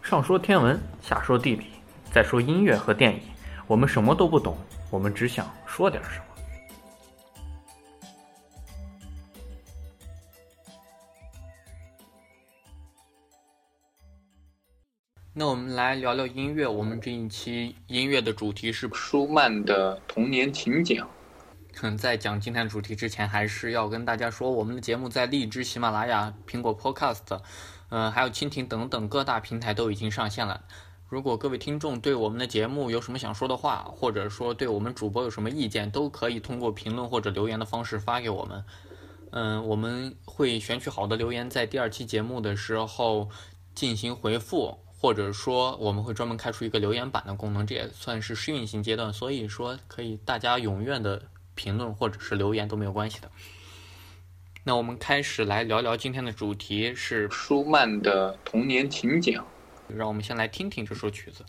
上说天文，下说地理，再说音乐和电影，我们什么都不懂，我们只想说点什么。 那我们来聊聊音乐。我们这一期音乐的主题是舒曼的童年情景。 在讲今天的主题之前，还是要跟大家说，我们的节目在荔枝、喜马拉雅、苹果 Podcast，还有蜻蜓等等各大平台都已经上线了。如果各位听众对我们的节目有什么想说的话，或者说对我们主播有什么意见，都可以通过评论或者留言的方式发给我们。我们会选取好的留言，在第二期节目的时候进行回复，或者说我们会专门开出一个留言板的功能，这也算是试运行阶段，所以说可以大家踊跃的评论或者是留言都没有关系的。那我们开始来聊聊今天的主题是舒曼的童年情景。 让我们先来听听这首曲子。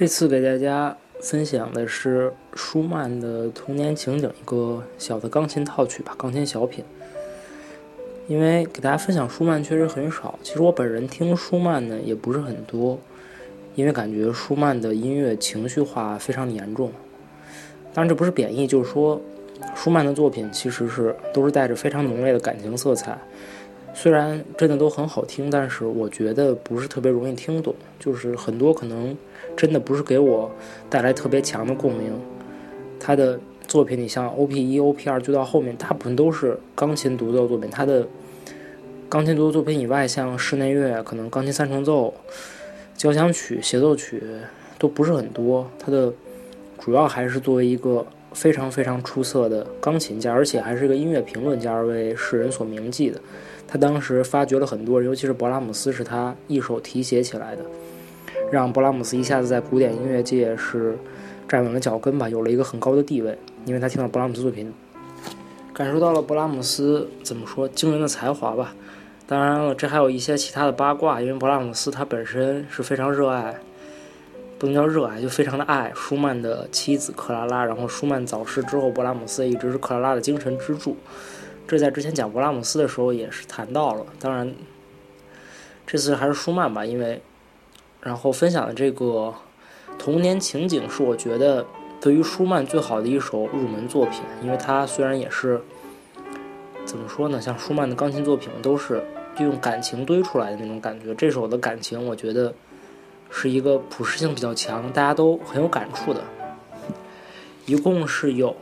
这次给大家分享的是舒曼的《童年情景》，一个小的钢琴套曲吧，钢琴小品。因为给大家分享舒曼确实很少，其实我本人听舒曼呢也不是很多，因为感觉舒曼的音乐情绪化非常的严重。当然这不是贬义，就是说舒曼的作品其实都是带着非常浓烈的感情色彩，虽然真的都很好听，但是我觉得不是特别容易听懂，就是很多可能真的不是给我带来特别强的共鸣。他的作品你像 OP1、OP2 就到后面大部分都是钢琴独奏作品，他的钢琴独奏作品以外，像室内乐可能钢琴三重奏、交响曲、协奏曲都不是很多，他的主要还是作为一个非常非常出色的钢琴家，而且还是一个音乐评论家而为世人所铭记的。他当时发掘了很多人，尤其是勃拉姆斯是他一手提携起来的，让勃拉姆斯一下子在古典音乐界是站稳了脚跟吧，有了一个很高的地位。因为他听到勃拉姆斯作品，感受到了勃拉姆斯怎么说惊人的才华吧。当然了，这还有一些其他的八卦，因为勃拉姆斯他本身是非常热爱，不能叫热爱，就非常的爱舒曼的妻子克拉拉。然后舒曼早逝之后，勃拉姆斯一直是克拉拉的精神支柱。这在之前讲勃拉姆斯的时候也是谈到了。当然，这次还是舒曼吧，因为然后分享的这个童年情景是我觉得对于舒曼最好的一首入门作品，因为它虽然也是怎么说呢，像舒曼的钢琴作品都是用感情堆出来的那种感觉，这首的感情我觉得是一个普适性比较强，大家都很有感触的。一共是有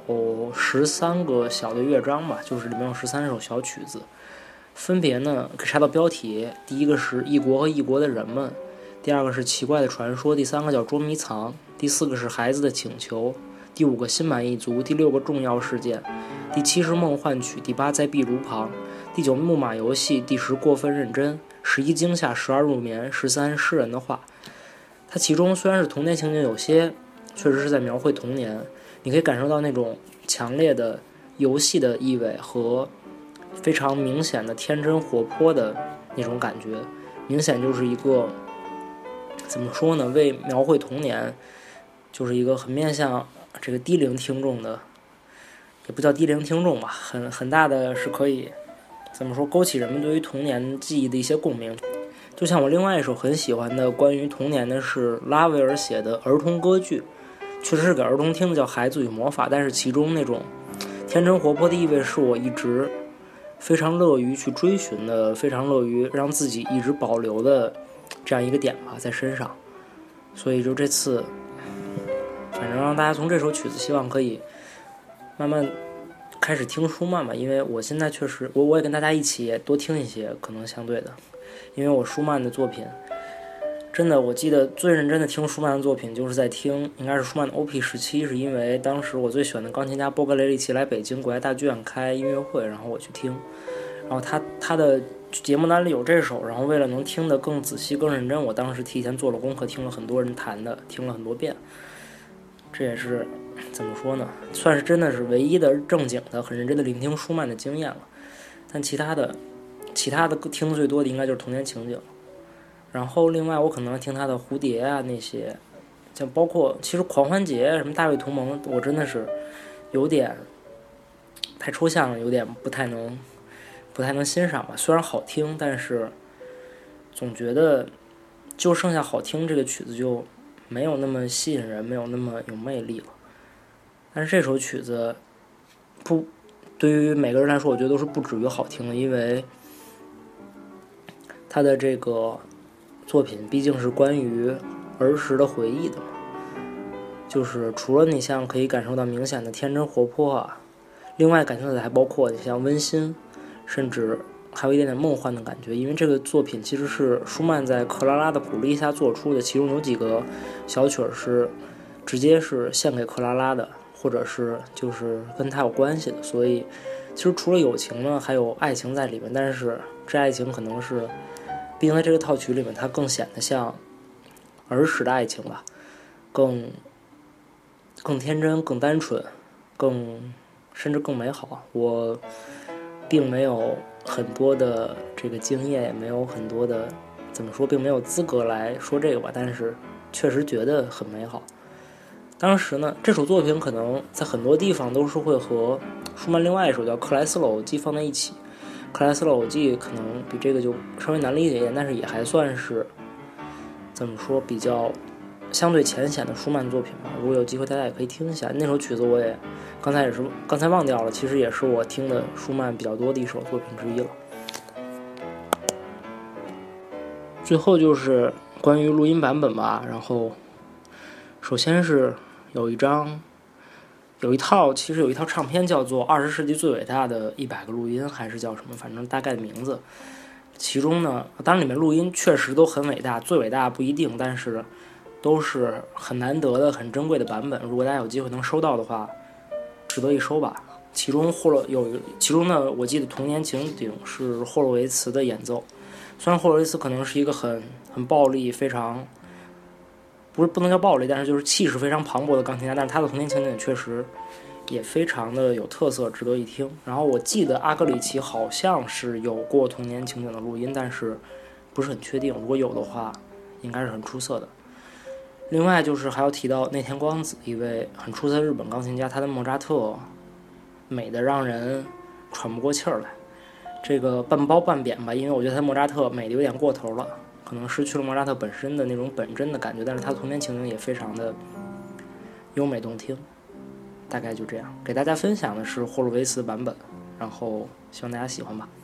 13个小的乐章吧，就是里面有13首小曲子，分别呢可以查到标题，第一个是异国和异国的人们，第二个是奇怪的传说，第三个叫捉迷藏，第四个是孩子的请求，第5个心满意足，第6个重要事件，第7是梦幻曲，第8在壁炉旁，第9木马游戏，第10过分认真，11惊吓，12入眠，13诗人的话。它其中虽然是童年情景，有些确实是在描绘童年，你可以感受到那种强烈的游戏的意味和非常明显的天真活泼的那种感觉，明显就是一个怎么说呢，为描绘童年，就是一个很面向这个低龄听众的，也不叫低龄听众吧，很大的是可以怎么说勾起人们对于童年记忆的一些共鸣。就像我另外一首很喜欢的关于童年的是拉威尔写的儿童歌剧，确实是给儿童听的，叫《孩子与魔法》，但是其中那种天真活泼的意味是我一直非常乐于去追寻的，非常乐于让自己一直保留的这样一个点吧，在身上。所以就这次反正让大家从这首曲子希望可以慢慢开始听舒曼吧，因为我现在确实我也跟大家一起多听一些，可能相对的，因为我舒曼的作品真的，我记得最认真的听舒曼的作品就是在听应该是舒曼的 OP17， 是因为当时我最喜欢的钢琴家波格雷利奇来北京国家大剧院开音乐会，然后我去听，然后他的节目单里有这首，然后为了能听得更仔细更认真，我当时提前做了功课，听了很多人弹的，听了很多遍。这也是怎么说呢，算是真的是唯一的正经的很认真的聆听舒曼的经验了。但其他的听最多的应该就是童年情景，然后另外我可能听他的蝴蝶啊那些，像包括其实狂欢节什么大卫同盟，我真的是有点太抽象了，有点不太能欣赏吧。虽然好听，但是总觉得就剩下好听这个曲子就没有那么吸引人，没有那么有魅力了。但是这首曲子不对于每个人来说，我觉得都是不止于好听的，因为他的这个作品毕竟是关于儿时的回忆的嘛，就是除了你像可以感受到明显的天真活泼啊，另外感受的还包括你像温馨，甚至还有一点点梦幻的感觉。因为这个作品其实是舒曼在克拉拉的鼓励下做出的，其中有几个小曲是直接是献给克拉拉的，或者是就是跟他有关系的，所以其实除了友情呢还有爱情在里面，但是这爱情可能是毕竟在这个套曲里面它更显得像儿时的爱情吧，更天真更单纯甚至更美好。我并没有很多的这个经验，也没有很多的怎么说，并没有资格来说这个吧，但是确实觉得很美好。当时呢，这首作品可能在很多地方都是会和舒曼另外一首叫《克莱斯勒偶记》放在一起。克莱斯勒偶记可能比这个就稍微难理解一点，但是也还算是怎么说比较相对浅显的舒曼作品吧。如果有机会大家也可以听一下。那首曲子我也刚才忘掉了，其实也是我听的舒曼比较多的一首作品之一了。最后就是关于录音版本吧，然后首先是有一套唱片叫做20世纪最伟大的100个录音，还是叫什么，反正大概的名字。其中呢，当然里面录音确实都很伟大，最伟大不一定，但是都是很难得的、很珍贵的版本。如果大家有机会能收到的话，值得一收吧。其中呢，我记得童年情景是霍洛维茨的演奏。虽然霍洛维茨可能是一个很暴力、非常不能叫暴力，但是就是气势非常磅礴的钢琴家，但是他的童年情景确实也非常的有特色，值得一听。然后我记得阿格里奇好像是有过童年情景的录音，但是不是很确定，如果有的话应该是很出色的。另外就是还要提到内田光子，一位很出色的日本钢琴家，他的莫扎特美得让人喘不过气儿来。这个半褒半贬吧，因为我觉得他莫扎特美的有点过头了，可能失去了莫扎特本身的那种本真的感觉，但是他的童年情景也非常的优美动听。大概就这样，给大家分享的是霍洛维茨版本，然后希望大家喜欢吧。